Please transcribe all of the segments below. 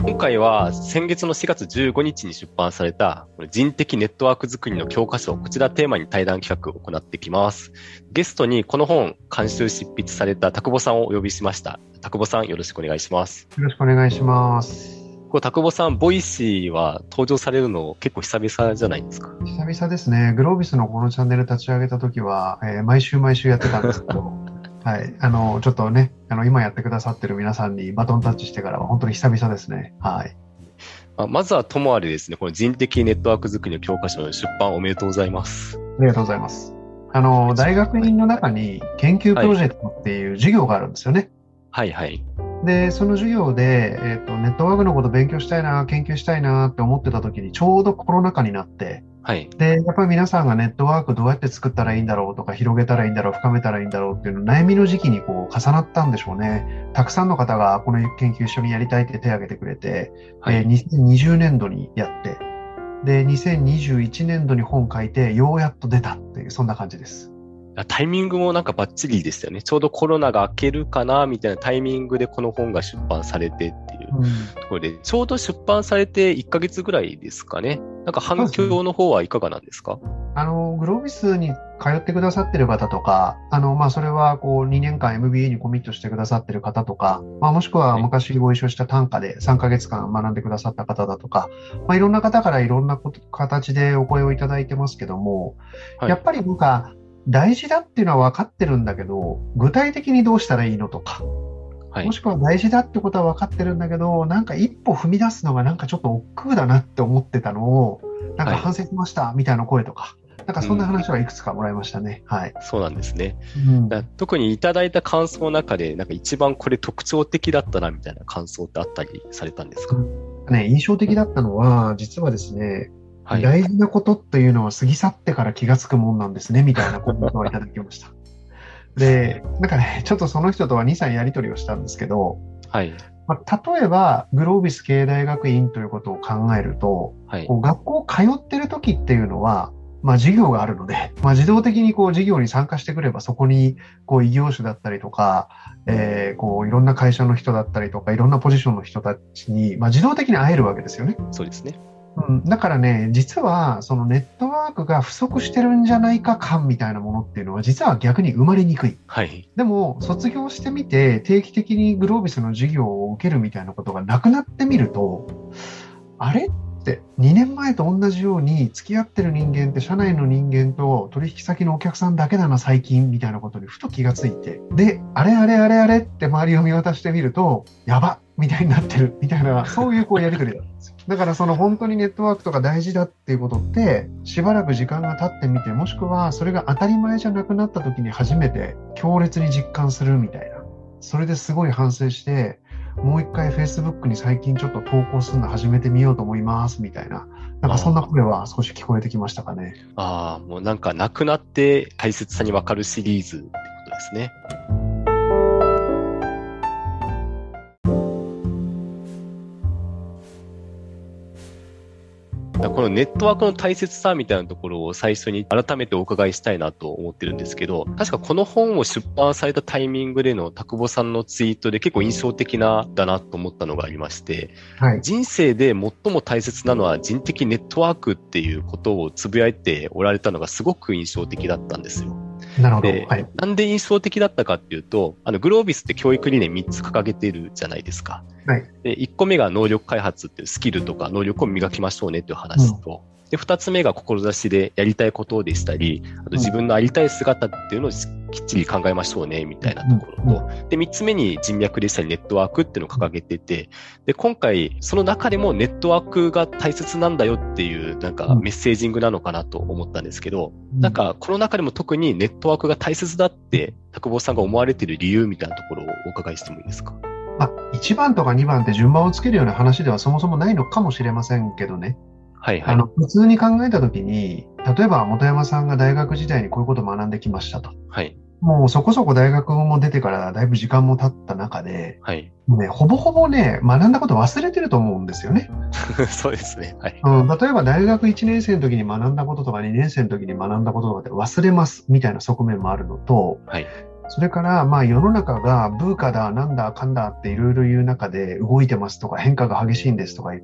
今回は先月の4月15日に出版された人的ネットワーク作りの教科書、こちらテーマに対談企画を行ってきます。ゲストにこの本監修執筆された田久保さんをお呼びしました。田久保さん、よろしくお願いします。 よろしくお願いします。 田久保さん、ボイシーは登場されるの結構久々じゃないですか？ 久々ですね。グロービスのこのチャンネル立ち上げた時は、毎週やってたんですけどはい、ちょっとね、今やってくださってる皆さんにバトンタッチしてからは本当に久々ですね。はい。 まずはともあれですね、この人的ネットワーク作りの教科書の出版おめでとうございます。 ありがとうございます。大学院の中に研究プロジェクトっていう授業があるんですよね。 はいはい。 で、その授業で、ネットワークのこと勉強したいな、研究したいなって思ってた時にちょうどコロナ禍になって、 はい。 で、やっぱり皆さんがネットワークどうやって作ったらいいんだろうとか、広げたらいいんだろう、深めたらいいんだろうっていうの悩みの時期にこう重なったんでしょうね。たくさんの方がこの研究一緒にやりたいって手を挙げてくれて、 はい。 2020年度にやって、で、2021年度に本書いて、ようやっと出たっていう、そんな感じです。 タイミングもなんかバッチリでしたよね。ちょうどコロナが明けるかなみたいなタイミングでこの本が出版されてっていうところで、ちょうど出版されて1ヶ月ぐらいですかね。なんか反響の方はいかがなんですか？ グロービスに通ってくださってる方とか、それはこう2年間 MBA にコミットしてくださってる方とか、もしくは昔ご一緒した単価で3ヶ月間学んでくださった方だとか、いろんな方からいろんな形でお声をいただいてますけども、 はい。 やっぱりなんか大事だっていうのは分かってるんだけど、具体的にどうしたらいいのとか、 はい。 もしくは大事だってことは分かってるんだけど、なんか一歩踏み出すのがなんかちょっと億劫だなって思ってたのを、なんかはい。 反省しましたみたいな声とか、なんかそんなうん。 話はいくつかもらいましたね。はい。 そうなんですね。 うん。 特にいただいた感想の中で、なんか一番これ特徴的だったなみたいな感想ってあったりされたんですか？ ね、印象的だったのは、実はですね、 はい。 大事なことっていうのは過ぎ去ってから気がつくもんなんですね、みたいなコメントをいただきました。で、なんかね、ちょっとその人とは2、3やり取りをしたんですけど、 はい。 例えば、グロービス経営大学院ということを考えると、 はい。 こう学校通ってる時っていうのは、授業があるので、自動的にこう授業に参加してくれば、そこにこう異業種だったりとか、こういろんな会社の人だったりとか、いろんなポジションの人たちに、自動的に会えるわけですよね。 そうですね。 だからね、実はそのネットワークが不足してるんじゃないか感みたいなものっていうのは、実は逆に生まれにくい。 はい。 でも、卒業してみて、定期的にグロービスの授業を受けるみたいなことがなくなってみると、あれって2年前と同じように付き合ってる人間って社内の人間と取引先のお客さんだけだな最近みたいなことにふと気がついて、で、あれあれあれあれって周りを見渡してみると、やばみたいになってるみたいな、そういうこうやりとりだったんですよ。だからその本当にネットワークとか大事だっていうことって、しばらく時間が経ってみて、もしくはそれが当たり前じゃなくなった時に初めて強烈に実感するみたいな。それですごい反省して、もう一回 Facebook に最近ちょっと投稿するの始めてみようと思いますみたいな、なんかそんな声は少し聞こえてきましたかね。 もうなんかなくなって大切さにわかるシリーズってことですね。このネットワークの大切さみたいなところを最初に改めてお伺いしたいなと思ってるんですけど、確かこの本を出版されたタイミングでの田久保さんのツイートで結構印象的だなと思ったのがありまして、 はい。 人生で最も大切なのは人的ネットワークっていうことをつぶやいておられたのがすごく印象的だったんですよ。 なるほど。 で、 はい。 なんで印象的だったかっていうと、グロービスって教育理念3つ掲げているじゃないですか。 はい。 で、1個目が能力開発っていうスキルとか能力を磨きましょうねといううん。 話と、で、2つ目が志でやりたいことでしたり、あとうん。 自分のありたい姿っていうのをきっちり考えましょうねみたいなうん。 ところうん。 と、で、3つ目に人脈でしたりネットワークっていうのを掲げてて、で、今回その中でもネットワークが大切なんだよっていうなんかうん。 メッセージングなのかなと思ったんですけど、なんうん。 かこの中でも特にネットワークが大切だって田久保さんが思われている理由みたいなところをお伺いしてもいいですか？ 1番とか2番って順番をつけるような話ではそもそもないのかもしれませんけどね。 はいはい。 普通に考えたときに、例えば本山さんが大学時代にこういうことを学んできましたと。 はい。 もうそこそこ大学も出てからだいぶ時間も経った中で、 はい。 もうね、ほぼほぼね、学んだこと忘れてると思うんですよね。 そうですね。はい。 例えば大学1年生の時に学んだこととか2年生の時に学んだこととかって忘れますみたいな側面もあるのと、 はい。 それから、まあ世の中がブーカだ、なんだ、かんだっていろいろ言う中で動いてますとか変化が激しいんですとか言って、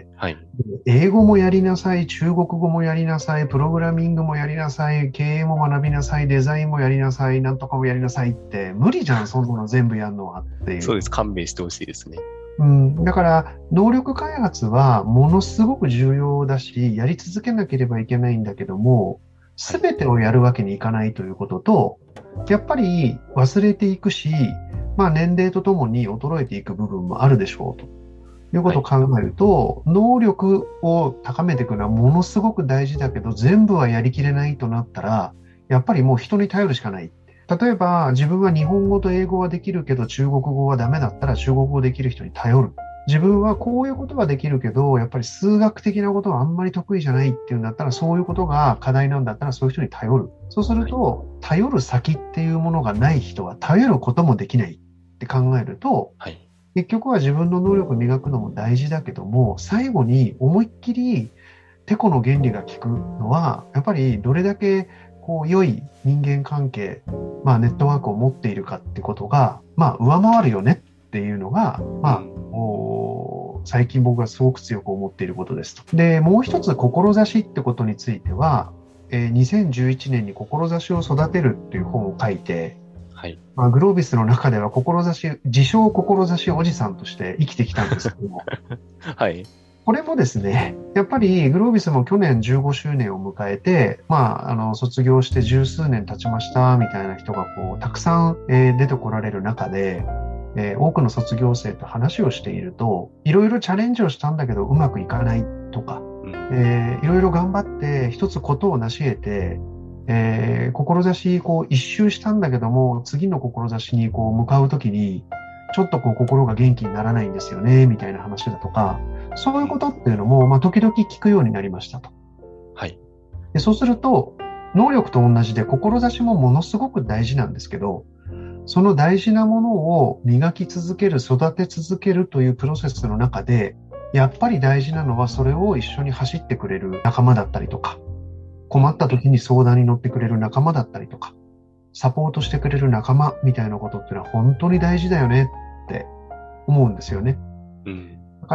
はい。 英語もやりなさい、中国語もやりなさい、プログラミングもやりなさい、経営も学びなさい、デザインもやりなさい、なんとかもやりなさいって、無理じゃん、そんなの全部やるのはっていう。 そうです。勘弁してほしいですね。 うん、だから、能力開発はものすごく重要だし、やり続けなければいけないんだけども、 はい。 すべてをやるわけにいかないということと、やっぱり忘れていくし、まあ年齢とともに衰えていく部分もあるでしょうというこはい。 とを考えると、能力を高めていくのはものすごく大事だけど、全部はやりきれないとなったら、やっぱりもう人に頼るしかない。例えば、自分は日本語と英語はできるけど、中国語はダメだったら中国語できる人に頼る。自分はこういうことはできるけど、やっぱり数学的なことはあんまり得意じゃないっていうんだったら、そういうことが課題なんだったら、そういう人に頼る。そうするはい。 と、頼る先っていうものがない人は頼ることもできないって考えると、 はい。 結局は自分の能力を磨くのも大事だけども、最後に思いっきりテコの原理が効くのは、やっぱりどれだけこう良い人間関係、まあネットワークを持っているかってことが、まあ上回るよねっていうのが、まあ、 うん。 最近僕がすごく強く思っていることですと。で、もう一つ志ってことについては、2011年に志を育てるっていう本を書いて、 はい。 まあ、グロービスの中では自称志おじさんとして生きてきたんですけども、 はい。 これもですね、やっぱりグロービスも去年15周年を迎えて、まあ、卒業して十数年経ちましたみたいな人がこう、たくさん、出てこられる中で、多くの卒業生と話をしていると、いろいろチャレンジをしたんだけどうまくいかないとか、 うん。 いろいろ頑張って一つことを成し得て、志こう一周したんだけども、次の志にこう向かうときに、ちょっとこう心が元気にならないんですよね、みたいな話だとか、そういうことっていうのも、まあ、時々聞くようになりましたと。 はい。 で、そうすると、能力と同じで、志もものすごく大事なんですけど、その大事なものを磨き続ける、育て続けるというプロセスの中で、やっぱり大事なのはそれを一緒に走ってくれる仲間だったりとか、 うん。 困った時に相談に乗ってくれる仲間だったりとか、サポートしてくれる仲間みたいなことっていうのは本当に大事だよねって思うんですよね。 うん。 だから、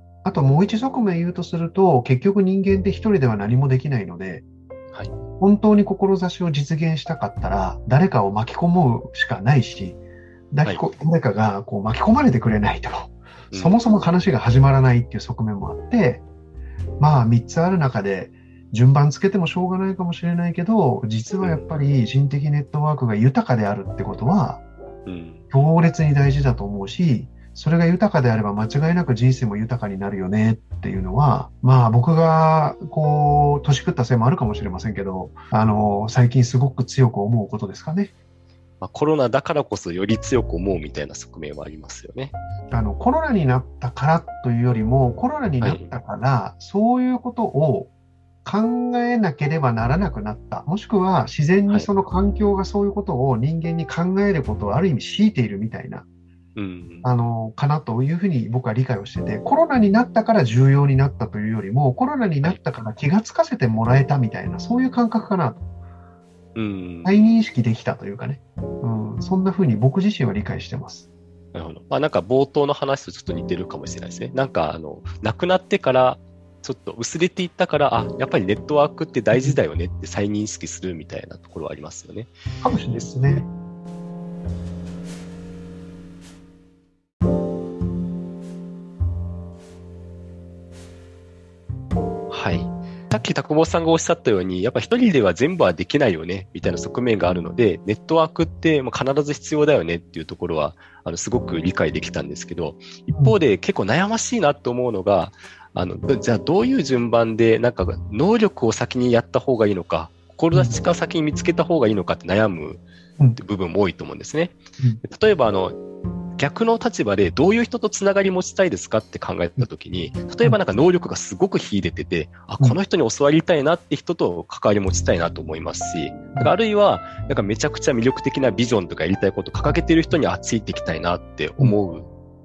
あともう一側面言うとすると、結局人間って一人では何もできないので、 はい。 本当に志を実現したかったら、誰かを巻き込むしかないし、 はい。 誰かがこう巻き込まれてくれないと、そもうん。 そも話が始まらないっていう側面もあって、まあ3つある中で、順番つけてもしょうがないかもしれないけど、実はやっうん。 ぱり人的ネットワークが豊かであるってことは、 うん。 強烈に大事だと思うし、それが豊かであれば間違いなく人生も豊かになるよねっていうのは、まあ僕がこう、年食ったせいもあるかもしれませんけど、最近すごく強く思うことですかね。 まあ、コロナだからこそより強く思うみたいな側面はありますよね。 コロナになったからというよりも、コロナにはい。 なったから、そういうことを考えなければならなくなった。もしくは自然にはい。 その環境がそういうことを人間に考えることをある意味強いているみたいな、 うん。 かなというふうに僕は理解をしてて、コロナになったから重要になったというよりも、コロナにはい。 なったから気がつかせてもらえたみたいな、そういう感覚かなと。 うん。 再認識できたというかね。そんなふうに僕自身は理解してます。 なるほど。まあなんか冒頭の話とちょっと似てるかもしれないですね。なんか亡くなってからちょっと薄れていったから、あ、やっぱりネットワークって大事だよねって再認識するみたいなところはありますよね。 かもしれないでです。 すね。 はい。さっき田久保さんがおっしゃったように、やっぱ一人では全部はできないよね、みたいな側面があるので、ネットワークってもう必ず必要だよねっていうところは、すごく理解できたんですけど、一うん、 方で結構悩ましいなと思うのが、じゃあどういう順番で、なんか能力を先にやった方がいいのか、 うん、 志か先に見つけた方がいいのかって悩むうん、 部分も多いと思うんですね。 うん、 例えば逆の立場でどういう人とつながり持ちたいですかって考えうん、 たときに、例えばなんか能力がすごく秀でてて、あ、 うん、 この人に教わりたいなって人と関わり持ちたいなと思いますし、なんかあるいは、なんかめちゃくちゃ魅力的なビジョンとかやりたいことを掲げてる人についていきたいなってうん、 思う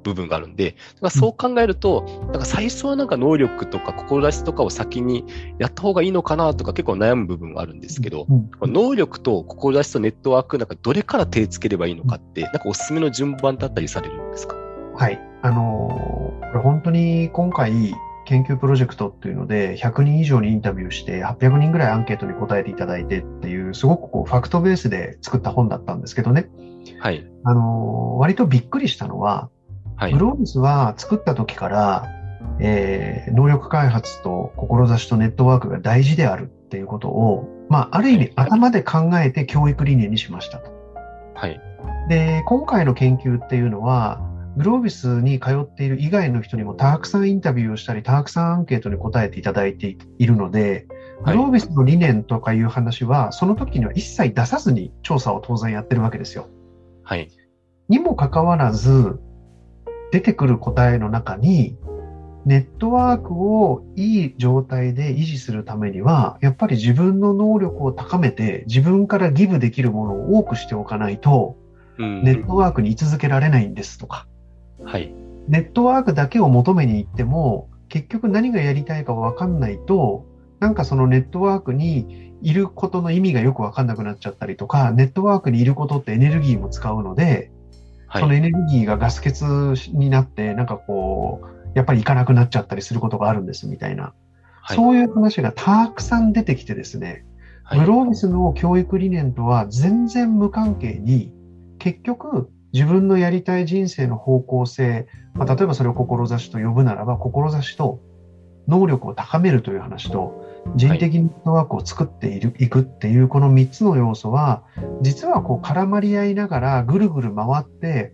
部分があるんで、だからそう考えると、なんか最初はなんか能力とか志とかを先にやった方がいいのかなとか結構悩む部分があるんですけど、能力と志とネットワーク、なんかどれから手つければいいのかって、なんかおすすめの順番だったりされるんですか？ はい。これ本当に今回、研究プロジェクトっていうので、100人以上にインタビューして、800人ぐらいアンケートに答えていただいてっていう、すごくこう、ファクトベースで作った本だったんですけどね。 はい。 割とびっくりしたのは、 はい。 グロービスは作った時から、能力開発と志とネットワークが大事であるっていうことを、まあ、ある意味頭で考えて教育理念にしましたと。 はい。 で、今回の研究っていうのは、グロービスに通っている以外の人にもたくさんインタビューをしたり、たくさんアンケートに答えていただいているので、グロービスの理念とかいう話は、その時には一切出さずに調査を当然やってるわけですよ。 はい。 にもかかわらず、出てくる答えの中に、ネットワークをいい状態で維持するためには、やっぱり自分の能力を高めて、自分からギブできるものを多くしておかないと、ネットワークに居続けられないんですとか。 はい。 ネットワークだけを求めに行っても、結局何がやりたいか分かんないと、なんかそのネットワークにいることの意味がよく分かんなくなっちゃったりとか、ネットワークにいることってエネルギーも使うので、そのエネルギーがガス欠になって、なんかこう、やっぱり行かなくなっちゃったりすることがあるんですみたいな。そういう話がたくさん出てきてですね、グロービスの教育理念とは全然無関係に、結局、自分のやりたい人生の方向性、まあ、例えばそれを志と呼ぶならば、志と能力を高めるという話と、人的ネットワークを作っていくっていうこの3つの要素は、実はこう絡まり合いながらぐるぐる回って、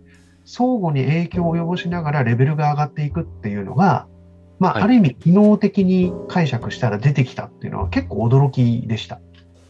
相互に影響を及ぼしながらレベルが上がっていくっていうのが、まあ、ある意味機能的に解釈したら出てきたっていうのは結構驚きでした。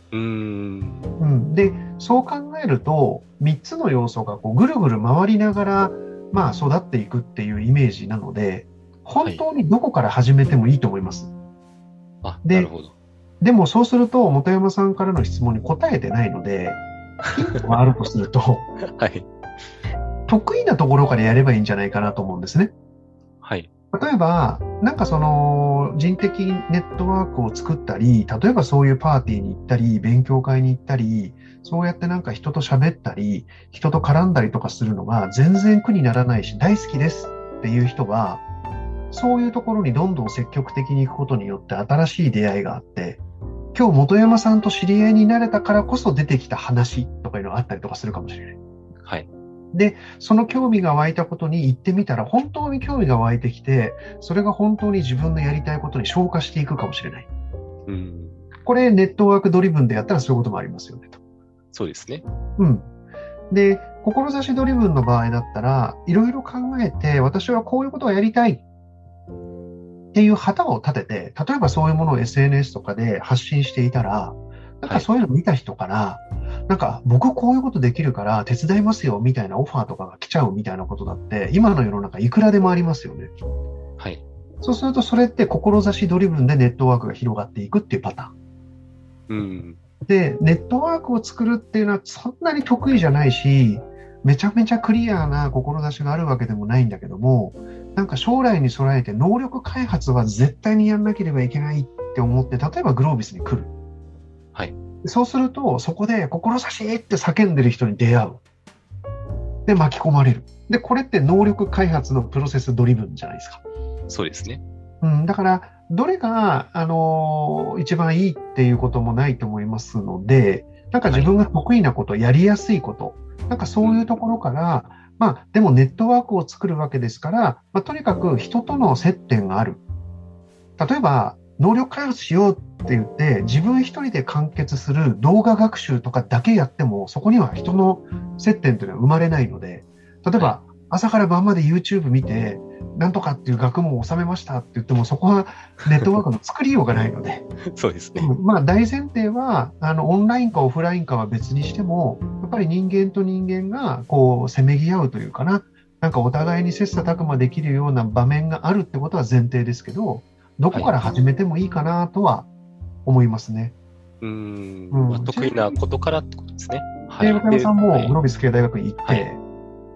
で、そう考えると、3つの要素がこうぐるぐる回りながら、まあ、育っていくっていうイメージなので、本当にどこから始めてもいいと思います。 なるほど。 でもそうすると、本山さんからの質問に答えてないので、ヒントがあるとすると、 はい。 得意なところからやればいいんじゃないかなと思うんですね。 はい。 例えば、なんかその人的ネットワークを作ったり、例えばそういうパーティーに行ったり、勉強会に行ったり、そうやってなんか人と喋ったり、人と絡んだりとかするのが全然苦にならないし、大好きですっていう人は、そういうところにどんどん積極的に行くことによって新しい出会いがあって、今日本山さんと知り合いになれたからこそ出てきた話とかいうのがあったりとかするかもしれない。 はい。 で、その興味が湧いたことに行ってみたら、本当に興味が湧いてきて、それが本当に自分のやりたいことに昇華していくかもしれない。これ、ネットワークドリブンでやったらそういうこともありますよねと。 そうですね。 で、志ドリブンの場合だったら、いろいろ考えて、私はこういうことをやりたいっていう旗を立てて、例えばそういうものを SNS とかで発信していたら、なんかそういうのを見た人から、なんか僕こういうことできるから手伝いますよみたいなオファーとかが来ちゃうみたいなことだって、今の世の中いくらでもありますよね。 はい。 そうするとそれって志ドリブンでネットワークが広がっていくっていうパターン。で、ネットワークを作るっていうのはそんなに得意じゃないし、めちゃめちゃクリアな志があるわけでもないんだけども、なんか将来に備えて能力開発は絶対にやんなければいけないって思って、例えばグロービスに来る。 はい。 そうすると、そこで志って叫んでる人に出会う。で、巻き込まれる。で、これって能力開発のプロセスドリブンじゃないですか。 そうですね。 だから、どれが、一番いいっていうこともないと思いますので、なんか自分が得意なこと、やりやすいこと、なんかそういうところから、まあ、でもネットワークを作るわけですから、まあ、とにかく人との接点がある。例えば、能力開発しようって言って、自分一人で完結する動画学習とかだけやっても、そこには人の接点というのは生まれないので、例えば、朝から晩まで YouTube 見て、なんとかっていう学問を収めましたって言っても、そこはネットワークの作りようがないので。 そうですね。 まあ、大前提は、オンラインかオフラインかは別にしても、やっぱり人間と人間が、こう、せめぎ合うというかな、なんかお互いに切磋琢磨できるような場面があるってことは前提ですけど、どこから始めてもいいかなとは思いますね。 まあ、得意なことからってことですね。 で、渡辺さんもグロービス系大学に行って、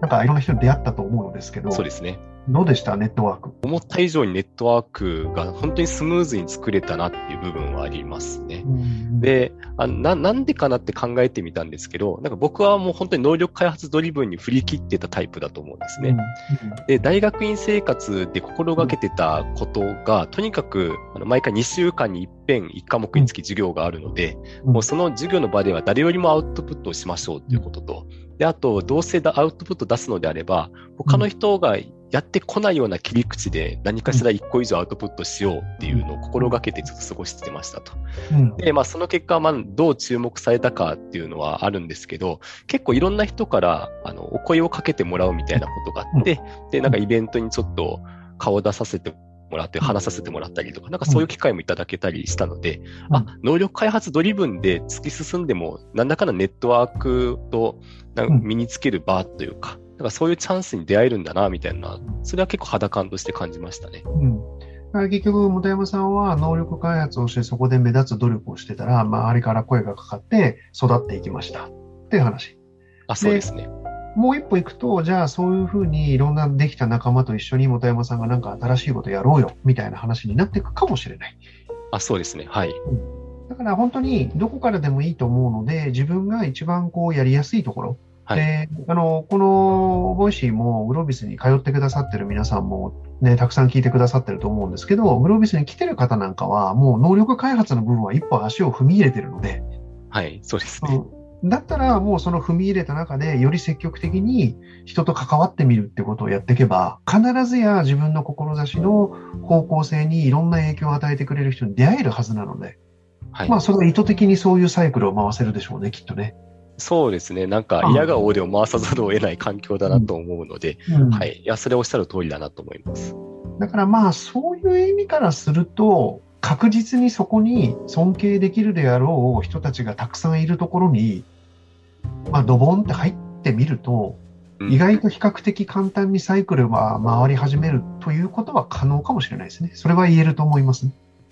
なんかいろんな人に出会ったと思うのですけど、 そうですね。 どうでしたネットワーク？ 思った以上にネットワークが本当にスムーズに作れたなっていう部分はありますね。で、なんでかなって考えてみたんですけど、なんか僕はもう本当に能力開発ドリブンに振り切ってたタイプだと思うんですね。で、大学院生活で心がけてたことが、とにかく毎回2週間に一遍1科目につき授業があるので、もうその授業の場では誰よりもアウトプットをしましょうということと、で、あと、どうせアウトプット出すのであれば、他の人がやってこないような切り口で何かしら1個以上アウトプットしようっていうのを心がけてちょっと過ごしてましたと。で、その結果、どう注目されたかっていうのはあるんですけど、結構いろんな人からお声をかけてもらうみたいなことがあって、で、なんかイベントにちょっと顔を出させてもらって話させてもらったりとか、なんかそういう機会もいただけたりしたので、能力開発ドリブンで突き進んでも、なんだかんだネットワークと身につける場というか、なんかそういうチャンスに出会えるんだな、みたいな、それは結構肌感として感じましたね。 結局、本山さんは能力開発をしてそこで目立つ努力をしてたら、周りから声がかかって育っていきましたっていう話。 そうですね。 もう一歩行くと、じゃあそういうふうにいろんなできた仲間と一緒に本山さんがなんか新しいことやろうよみたいな話になっていくかもしれない。 そうですね。はい。 だから本当にどこからでもいいと思うので、自分が一番やりやすいところ。で、このボイシーもグロービスに通ってくださってる皆さんもね、たくさん聞いてくださってると思うんですけど、グロービスに来てる方なんかはもう能力開発の部分は一歩足を踏み入れてるので。 はい、そうですね。 だったらもうその踏み入れた中でより積極的に人と関わってみるってことをやっていけば、必ずや自分の志の方向性にいろんな影響を与えてくれる人に出会えるはずなので、それは意図的にそういうサイクルを回せるでしょうね、きっとね。 そうですね。なんか、嫌が応でを回さざるを得ない環境だなと思うので、はい。いや、それをおっしゃる通りだなと思います。 だからそういう意味からすると、確実にそこに尊敬できるであろう人たちがたくさんいるところに、ドボンって入ってみると、意外と比較的簡単にサイクルは回り始めるということは可能かもしれないですね。それは言えると思いますね。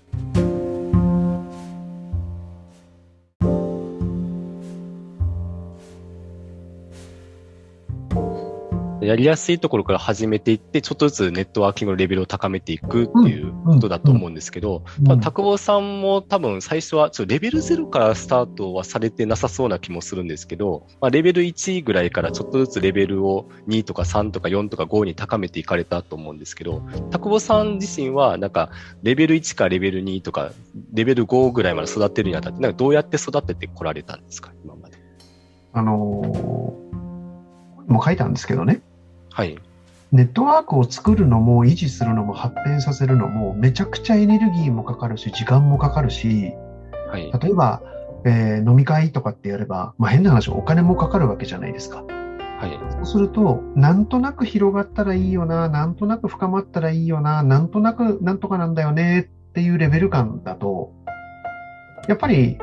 やりやすいところから始めていって、ちょっとずつネットワーキングのレベルを高めていくっていうことだと思うんですけど、田久保さんも多分最初はレベル0からスタートはされてなさそうな気もするんですけど、レベル1ぐらいからちょっとずつレベルを2とか3とか4とか5に高めていかれたと思うんですけど、田久保さん自身はなんかレベル1かレベル2とかレベル5ぐらいまで育てるにあたって、なんかどうやって育ててこられたんですか、今まで。 もう書いたんですけどね。 はい。 ネットワークを作るのも維持するのも発展させるのもめちゃくちゃエネルギーもかかるし時間もかかるし、 はい、 例えば、飲み会とかってやれば、変な話お金もかかるわけじゃないですか。 はい、 そうするとなんとなく広がったらいいよな、なんとなく深まったらいいよな、なんとなくなんとかなんだよねっていうレベル感だと、やっぱり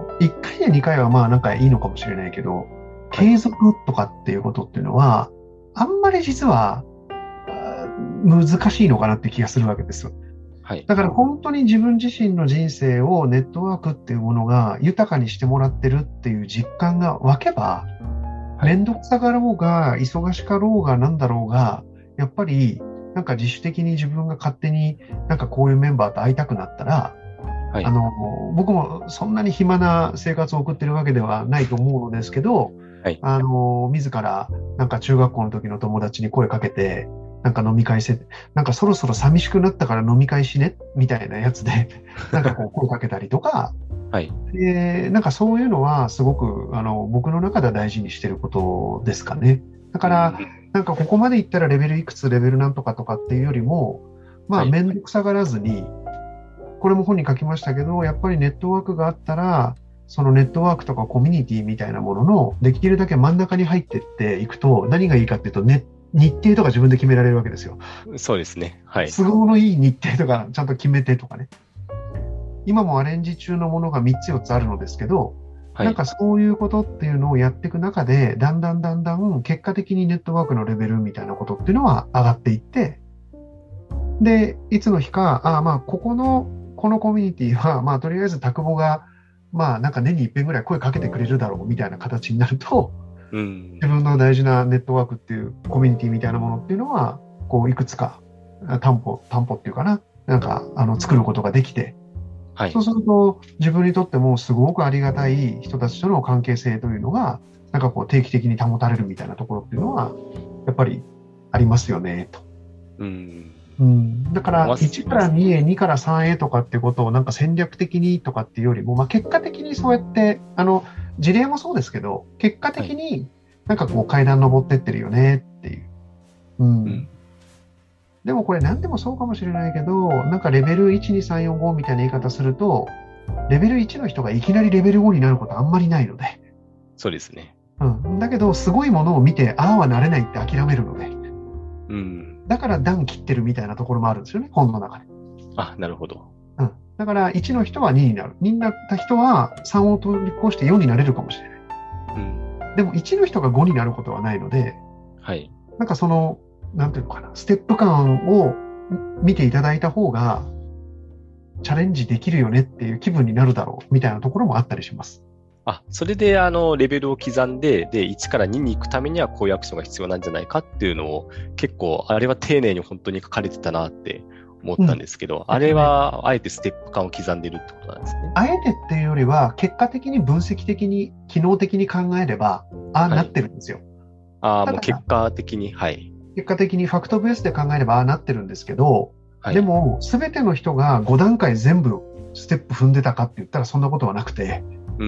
1回や2回はなんかいいのかもしれないけど、継続とかっていうことっていうのはあんまり実は難しいのかなって気がするわけです。 はい。 だから本当に自分自身の人生をネットワークっていうものが豊かにしてもらってるっていう実感が湧けば、めんどくさがろうが忙しかろうがなんだろうが、やっぱりなんか自主的に自分が勝手になんかこういうメンバーと会いたくなったら、はい、僕もそんなに暇な生活を送ってるわけではないと思うのですけど、はい、自らなんか中学校の時の友達に声かけて、なんか飲み会して、なんかそろそろ寂しくなったから飲み会しねみたいなやつで、なんか声かけたりとか、はい、なんかそういうのはすごく僕の中では大事にしてることですかね。だからなんかここまでいったらレベルいくつレベルなんとかとかっていうよりも、めんどくさがらずに、これも本に書きましたけど、やっぱりネットワークがあったら、そのネットワークとかコミュニティみたいなもののできるだけ真ん中に入っていっていくと、何がいいかっていうと、日程とか自分で決められるわけですよ。 そうですね。はい。 都合のいい日程とかちゃんと決めてとかね。今もアレンジ中のものが3つ4つあるのですけど、はい、なんかそういうことっていうのをやっていく中で、だんだん結果的にネットワークのレベルみたいなことっていうのは上がっていって、で、いつの日か、このコミュニティは、とりあえず田久保が、なんか年に一遍ぐらい声かけてくれるだろうみたいな形になると、 うん。 自分の大事なネットワークっていうコミュニティみたいなものっていうのは、こういくつか担保っていうかな、なんか作ることができて、 はい。 そうすると自分にとってもすごくありがたい人たちとの関係性というのが、なんかこう定期的に保たれるみたいなところっていうのは、やっぱりありますよね、と。 うん。 うん、だからま 1から2へ、2から3へとかっていうことをなんか戦略的にとかっていうよりも、まあ、結果的にそうやって事例もそうですけど、結果はい。 的になんかこう階段登ってってるよねっていう。うん、 うん。 でもこれ何でもそうかもしれないけど、なんかレベル1、2、3、4、5みたいな言い方すると、レベル1の人がいきなりレベル5になることあんまりないので。 そうですね。 うん、だけど、すごいものを見て、ああはなれないって諦めるので。 うん。 だから段切ってるみたいなところもあるんですよね、本の中で。 あ、なるほど。 うん。だから1の人は2になる。2になった人は3を通り越して4になれるかもしれない。 うん。 でも1の人が5になることはないので、 はい。 なんかその、なんていうのかな、ステップ感を見ていただいた方が、チャレンジできるよねっていう気分になるだろうみたいなところもあったりします。 あ、それで、レベルを刻んで、で、1から2に行くためにはこういうアクションが必要なんじゃないかっていうのを、結構、あれは丁寧に本当に書かれてたなって思ったんうん。 ですけど、あれは、あえてステップ感を刻んでるってことなんですね。 あえてっていうよりは、結果的に分析的に、機能的に考えれば、ああなっはい。 てるんですよ。 ああ、もう結ただ、 果的に、はい。 結果的にファクトベースで考えればああなってるんですけど、 はい。 でも、すべての人が5段階全部ステップ踏んでたかって言ったらそんなことはなくて、 うん。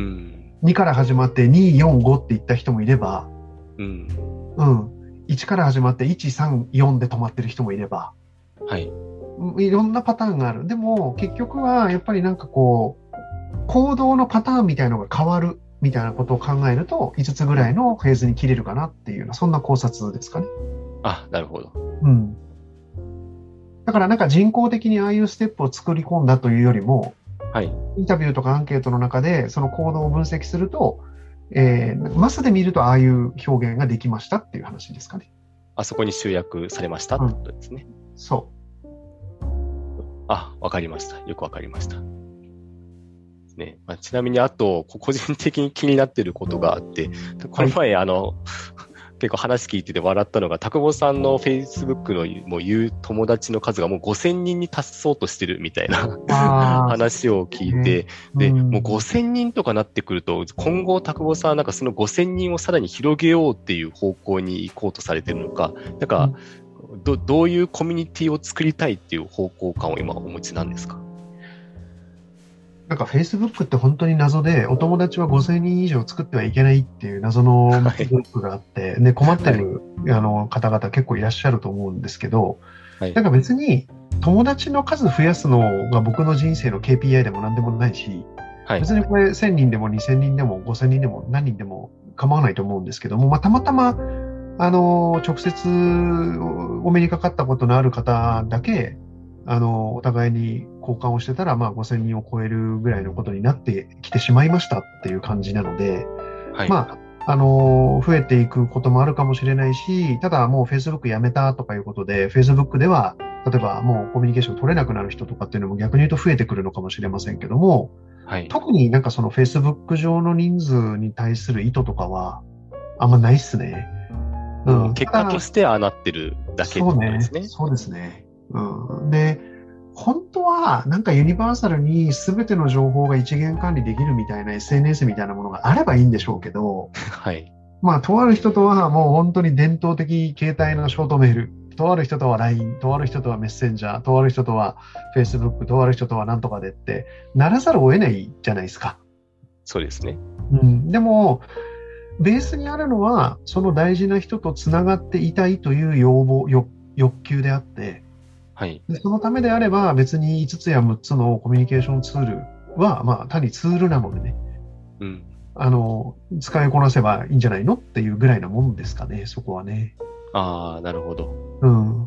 2から始まって2、4、5って言った人もいれば、 うん。 うん、1から始まって1、3、4で止まってる人もいれば、 はい。 いろんなパターンがある。でも、結局はやっぱりなんかこう、行動のパターンみたいのが変わるみたいなことを考えると、5つぐらいのフェーズに切れるかなっていうような、そんな考察ですかね。 あ、なるほど。 うん。だからなんか人工的にああいうステップを作り込んだというよりも、 はい。 インタビューとかアンケートの中でその行動を分析すると、マスで見るとああいう表現ができましたっていう話ですかね。 あそこに集約されましたってこうん。 とですね。 そあ、わかりました。よくわかりました。ね。まあ、ちなみに、あと、個人的に気になっていることがあって、 う。はい。 この前、結構話聞いてて笑ったのが、田久保さんの Facebook のもう言う友達の数がもう5000人に達そうとしてるみたいなああ、そう話を聞いね。 て、 うで、もうん。 5000人とかなってくると、今後田久保さんはなんかその5000人をさらに広げようっていう方向に行こうとされてるのか、なんか、どういうコミュニティを作りたいっていう方向感を今お持ちなんですか？ なんか Facebook って本当に謎で、お友達は5000人以上作ってはいけないっていう謎のはい。 ブロックがあって、ね、困ってはい。 る方々結構いらっしゃると思うんですけど、 はい。 なんか別に友達の数増やすのが僕の人生の KPI でも何でもないし、 はい。 別にこれ1000人でも2000人でも5000人でも何人でも構わないと思うんですけども、まあ、たまたま、直接お目にかかったことのある方だけ、お互いに交換をしてたら、まあ、5000人を超えるぐらいのことになってきてしまいましたっていう感じなので、 はい。 まあ、増えていくこともあるかもしれないし、ただもう Facebook やめたとかいうことで、Facebook では、例えばもうコミュニケーション取れなくなる人とかっていうのも逆に言うと増えてくるのかもしれませんけども、 はい。 特になんかその Facebook 上の人数に対する意図とかはあんまないっすね。うもうん。 結果とただ、 してああなってるだけってそうね。 ことですね。 そうですね。うん。で、本当はなんかユニバーサルに全ての情報が一元管理できるみたいな SNS みたいなものがあればいいんでしょうけど、 はい。 まあ、とある人とはもう本当に伝統的携帯のショートメール、とある人とは LINE、とある人とはメッセンジャー、とある人とは Facebook、とある人とはなんとかでってならざるを得ないじゃないですか。 そうですね。 うん。でも、ベースにあるのは、その大事な人とつながっていたいという欲求であって、 はい。 でそのためであれば別に5つや6つのコミュニケーションツールは、まあ、単にツールなのでね、 うん。 使いこなせばいいんじゃないのっていうぐらいなもんですかね、そこはね。 ああ、なるほど。 うん。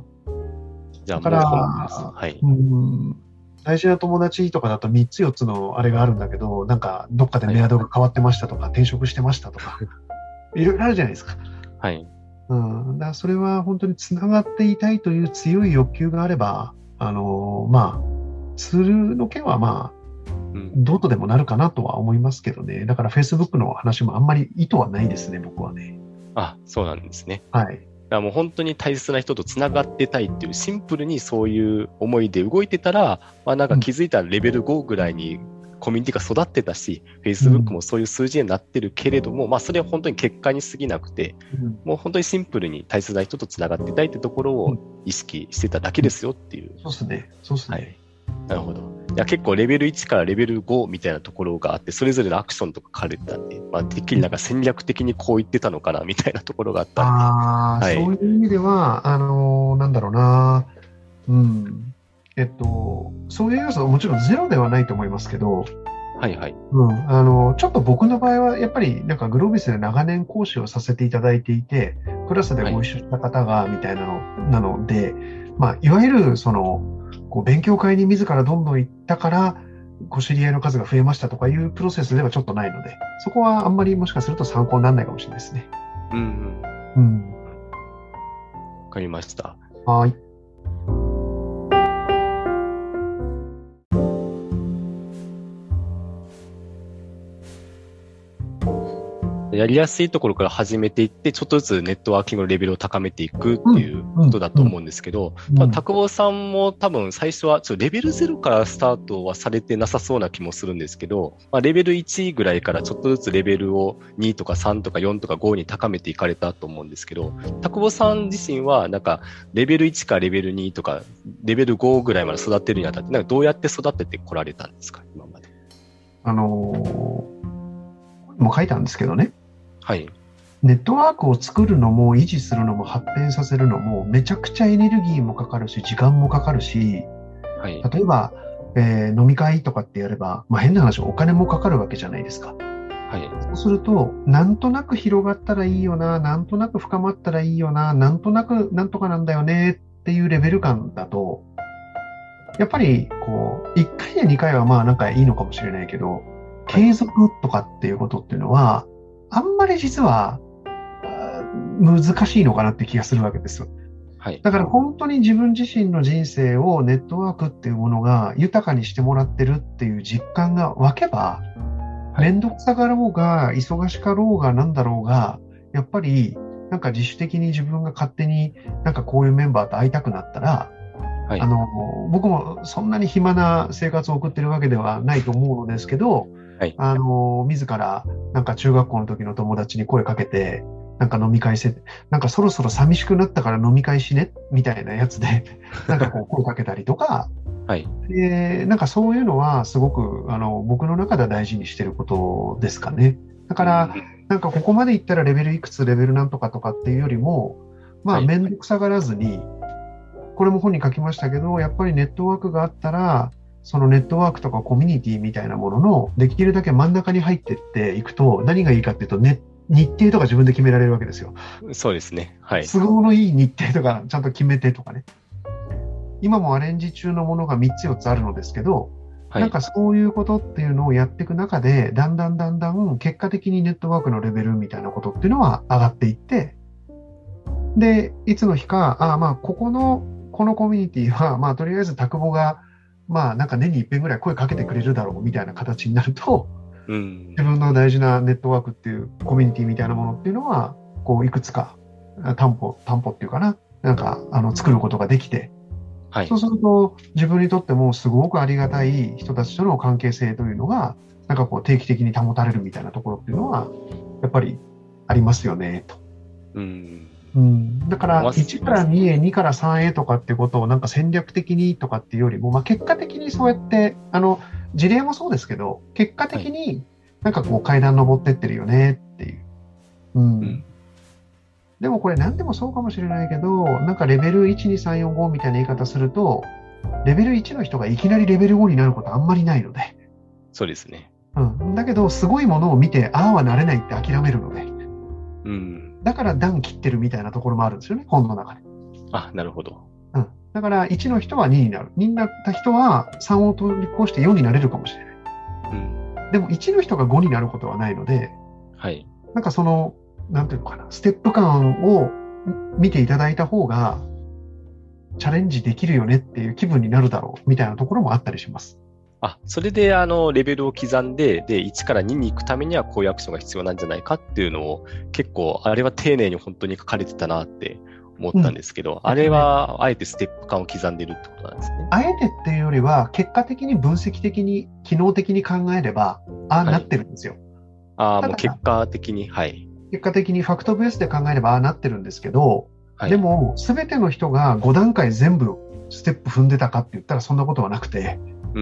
じゃあだかもうら、 はい。 うん、大事な友達とかだと3つ4つのあれがあるんだけど、なんかどっかではい。 メアドが変わってましたとか、転職してましたとか、いろいろあるじゃないですか。 はい。 うん。だからそれは本当につながっていたいという強い欲求があれば、まあ、ツールの件はまあ、 うん。 どうとでもなるかなとは思いますけどね。だから Facebook の話もあんまり意図はないですね、僕はね。 あ、そうなんですね。 はい。 だからもう本当に大切な人とつながってたいっていうシンプルにそういう思いで動いてたら、まあなんか気づいたらレベル5ぐらいにコミュニティが育ってたし、Facebook もそういう数字になってるけれども、まあそれは本当に結果に過ぎなくて、もう本当にシンプルに大切な人とつながってたいってところを意識してただけですよっていう。 そうですね。そうですね。 はい。なるほど。いや結構レベル1からレベル5みたいなところがあって、それぞれのアクションとか書かれてたんで、まあ、てっきりなんか戦略的にこう言ってたのかなみたいなところがあったんで。 ああ、 はい。 そういう意味では、なんだろうな。うん。そういう要素はもちろんゼロではないと思いますけど、 はいはい。 ちょっと僕の場合は、やっぱりなんかグロービスで長年講師をさせていただいていて、クラスでご一緒した方が、みたいなの、なので、まあ、いわゆる、こう、勉強会に自らどんどん行ったから、ご知り合いの数が増えましたとかいうプロセスではちょっとないので、そこはあんまりもしかすると参考にならないかもしれないですね。 うんうん。 うん。わかりました。 はい。 やりやすいところから始めていって、ちょっとずつネットワーキングのレベルを高めていくっていうことだと思うんですけど、田久保さんも多分最初はレベル0からスタートはされてなさそうな気もするんですけど、まあ、レベル1ぐらいからちょっとずつレベルを2とか3とか4とか5に高めていかれたと思うんですけど、田久保さん自身はなんかレベル1かレベル2とかレベル5ぐらいまで育てるにあたって、なんかどうやって育ててこられたんですか、今まで。 もう書いたんですけどね。 はい。 ネットワークを作るのも維持するのも発展させるのもめちゃくちゃエネルギーもかかるし、時間もかかるし、 はい。 例えば、飲み会とかってやれば、まあ、変な話、お金もかかるわけじゃないですか。 はい。 そうすると、なんとなく広がったらいいよな、なんとなく深まったらいいよな、なんとなくなんとかなんだよねっていうレベル感だと、やっぱり、こう、1回や2回はまあなんかいいのかもしれないけど、継続とかっていうことっていうのは、あんまり実は難しいのかなって気がするわけです。 はい。 だから本当に自分自身の人生をネットワークっていうものが豊かにしてもらってるっていう実感が湧けば、めんどくさがろうが、忙しかろうがなんだろうが、やっぱりなんか自主的に自分が勝手になんかこういうメンバーと会いたくなったら、 はい。 僕もそんなに暇な生活を送ってるわけではないと思うのですけど、 はい。 自らなんか中学校の時の友達に声かけて、なんか飲み会なんかそろそろ寂しくなったから飲み会しねみたいなやつで、なんかこう声かけたりとか、 はい。 なんかそういうのはすごく僕の中では大事にしてることですかね。だから、なんかここまでいったらレベルいくつレベルなんとかとかっていうよりも、まあめんどくさがらずに、これも本に書きましたけど、やっぱりネットワークがあったら、そのネットワークとかコミュニティみたいなもののできるだけ真ん中に入っていっていくと、何がいいかっていうと、日程とか自分で決められるわけですよ。 そうですね。はい。 都合のいい日程とかちゃんと決めてとかね。今もアレンジ中のものが3つ4つあるのですけど、 はい。 なんかそういうことっていうのをやっていく中で、だんだん結果的にネットワークのレベルみたいなことっていうのは上がっていって、で、いつの日か、まあ、このコミュニティは、まあ、とりあえず、田久保が、まあ、なんか年に一遍ぐらい声かけてくれるだろうみたいな形になると、自分の大事なネットワークっていうコミュニティみたいなものっていうのは、こう、いくつか、担保っていうかな、なんか、作ることができて、 はい。 そうすると、自分にとってもすごくありがたい人たちとの関係性というのが、なんかこう、定期的に保たれるみたいなところっていうのは、やっぱりありますよね、と。だから、1から2へ、2から3へとかっていうことをなんか戦略的にとかっていうよりも、まあ、結果的にそうやって、事例もそうですけど、結果的になんかこう階段登ってってるよねっていう。でもこれ何でもそうかもしれないけど、なんかレベル1、2、3、4、5みたいな言い方すると、レベル1の人がいきなりレベル5になることあんまりないので。 そうですね。 だけど、すごいものを見て、ああはなれないって諦めるので。だから段切ってるみたいなところもあるんですよね、本の中で。 あ、なるほど。 だから1の人は2になる。2になった人は3を通り越して4になれるかもしれない。でも1の人が5になることはないので、 はい。 なんかその、なんていうのかな、ステップ感を見ていただいた方が、チャレンジできるよねっていう気分になるだろうみたいなところもあったりします。 あ、それで、レベルを刻んで、で、1から2に行くためにはこういうアクションが必要なんじゃないかっていうのを、結構、あれは丁寧に本当に書かれてたなって思ったんですけど、あれは、あえてステップ感を刻んでるってことなんですね。 あえてっていうよりは、結果的に分析的に、機能的に考えれば、ああなってるんですよ。 ああ、 ただ、 もう結果的に、はい。 結果的にファクトベースで考えればああなってるんですけど、 はい。 でも、すべての人が5段階全部ステップ踏んでたかって言ったらそんなことはなくて、 うん。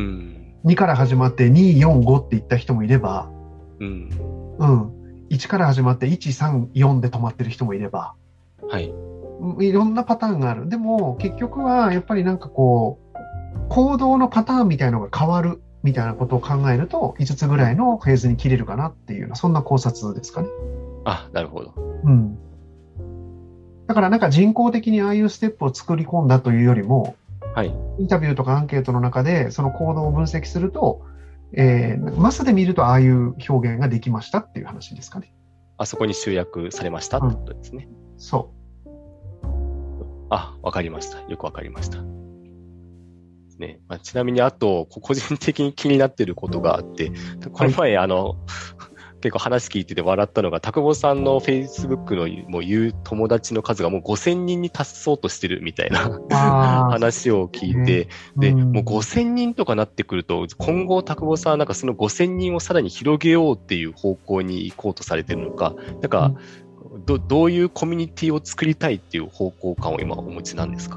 2から始まって2、4、5って言った人もいれば、 うん。 うん、1から始まって1、3、4で止まってる人もいれば、 はい。 いろんなパターンがある。でも、結局はやっぱりなんかこう、行動のパターンみたいのが変わるみたいなことを考えると、5つぐらいのフェーズに切れるかなっていうような、そんな考察ですかね。 あ、なるほど。 うん。だからなんか人工的にああいうステップを作り込んだというよりも、 はい。 インタビューとかアンケートの中でその行動を分析すると、マスで見るとああいう表現ができましたっていう話ですかね。 あそこに集約されましたってことですね。 そあ、わかりました。よくわかりました。ね。まあ、ちなみに、あと、個人的に気になっていることがあって、この前、結構話聞いてて笑ったのが、田久保さんの Facebook のもう言う友達の数がもう5000人に達そうとしてるみたいな話を聞いて、で、もう5000人とかなってくると、今後田久保さんはなんかその5000人をさらに広げようっていう方向に行こうとされてるのか、なんか、どういうコミュニティを作りたいっていう方向感を今お持ちなんですか？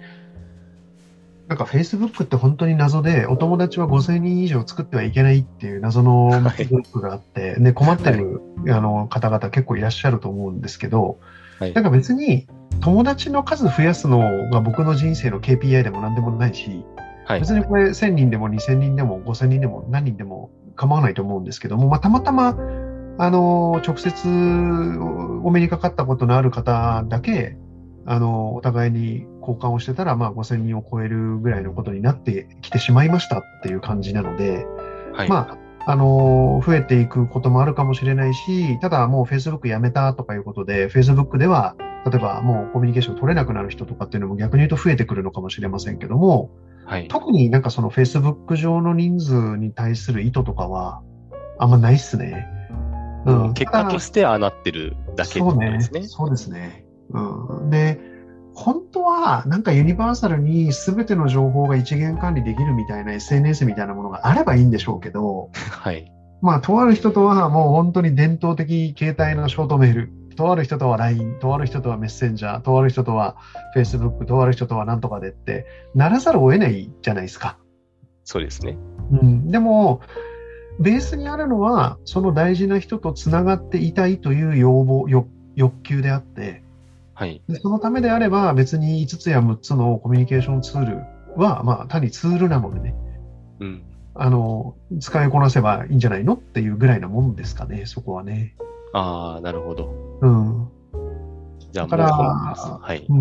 なんか Facebook って本当に謎で、お友達は5000人以上作ってはいけないっていう謎のはい。 グループがあって、で、困ってはい。 る方々結構いらっしゃると思うんですけど、 はい。 なんか別に友達の数増やすのが僕の人生の KPI でも何でもないし、 はい。 別にこれ1000人でも2000人でも5000人でも何人でも構わないと思うんですけども、まあ、たまたま、直接お目にかかったことのある方だけ、お互いに交換をしてたら、まあ、5000人を超えるぐらいのことになってきてしまいましたっていう感じなので、 はい。 まあ、増えていくこともあるかもしれないし、ただもう Facebook やめたとかいうことで、Facebook では、例えばもうコミュニケーション取れなくなる人とかっていうのも逆に言うと増えてくるのかもしれませんけども、 はい。 特になんかその Facebook 上の人数に対する意図とかはあんまないっすね。うもうん。 結果とただ、 してああなってるだけってそうね。 ことですね。 そうですね。うん。で、本当はなんかユニバーサルに全ての情報が一元管理できるみたいな SNS みたいなものがあればいいんでしょうけど、 はい。 まあ、とある人とはもう本当に伝統的携帯のショートメール、とある人とは LINE、とある人とはメッセンジャー、とある人とは Facebook、とある人とはなんとかでってならざるを得ないじゃないですか。 そうですね。 うん。でも、ベースにあるのは、その大事な人とつながっていたいという欲求であって、 はい。 でそのためであれば別に5つや6つのコミュニケーションツールは、まあ、単にツールなのでね、 うん。 使いこなせばいいんじゃないのっていうぐらいなもんですかね、そこはね。 ああ、なるほど。 うん。 じゃあだかもうら、 はい。 うん、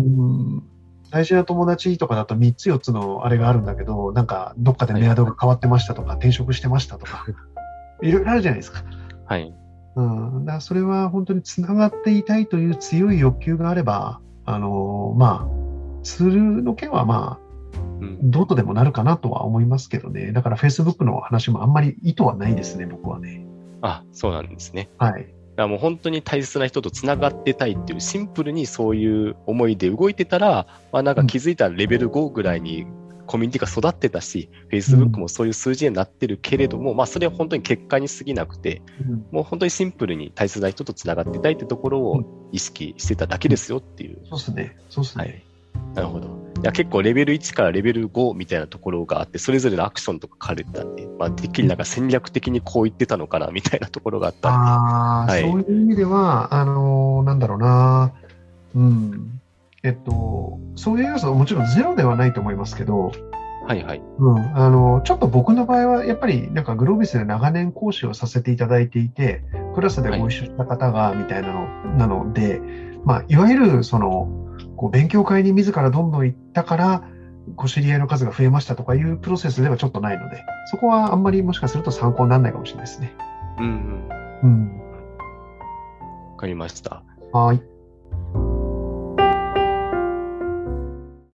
大事な友達とかだと3つ4つのあれがあるんだけど、なんかどっかではい。 メアドが変わってましたとか、転職してましたとか、いろいろあるじゃないですか。 はい。 うん。だからそれは本当につながっていたいという強い欲求があれば、まあ、ツールの件はまあ、 うん。 どうとでもなるかなとは思いますけどね。だから Facebook の話もあんまり意図はないですね、僕はね。 あ、そうなんですね。 はい。 だからもう本当に大切な人とつながってたいっていうシンプルにそういう思いで動いてたら、まあなんかうん。 気づいたらレベル5ぐらいにコミュニティが育ってたし、 う Facebook ん。 もそういう数字になってるけれども、まあそれは本当に結果に過ぎなくて、 うん。 もう本当にシンプルに大切な人とつながってたいってところをうん。 意識してただけですよっていう。 そうですね。そうですね。 はい。なるほど。いや、結構レベル1からレベル5みたいなところがあって、それぞれのアクションとか書かれてたんで、まあ、てっきりなんか戦略的にこう言ってたのかなみたいなところがあったんで、 ああ、 はい。 そういう意味では、なんだろうな。うん。そういう要素はもちろんゼロではないと思いますけど、 はいはい。 うん。ちょっと僕の場合は、やっぱりなんかグロービスで長年講師をさせていただいていて、クラスではい。 ご一緒した方が、みたいなの、なので、まあ、いわゆる、こう、勉強会に自らどんどん行ったから、知り合いの数が増えましたとかいうプロセスではちょっとないので、そこはあんまりもしかすると参考にならないかもしれないですね。 うんうん。 うん。 わかりました。 はい。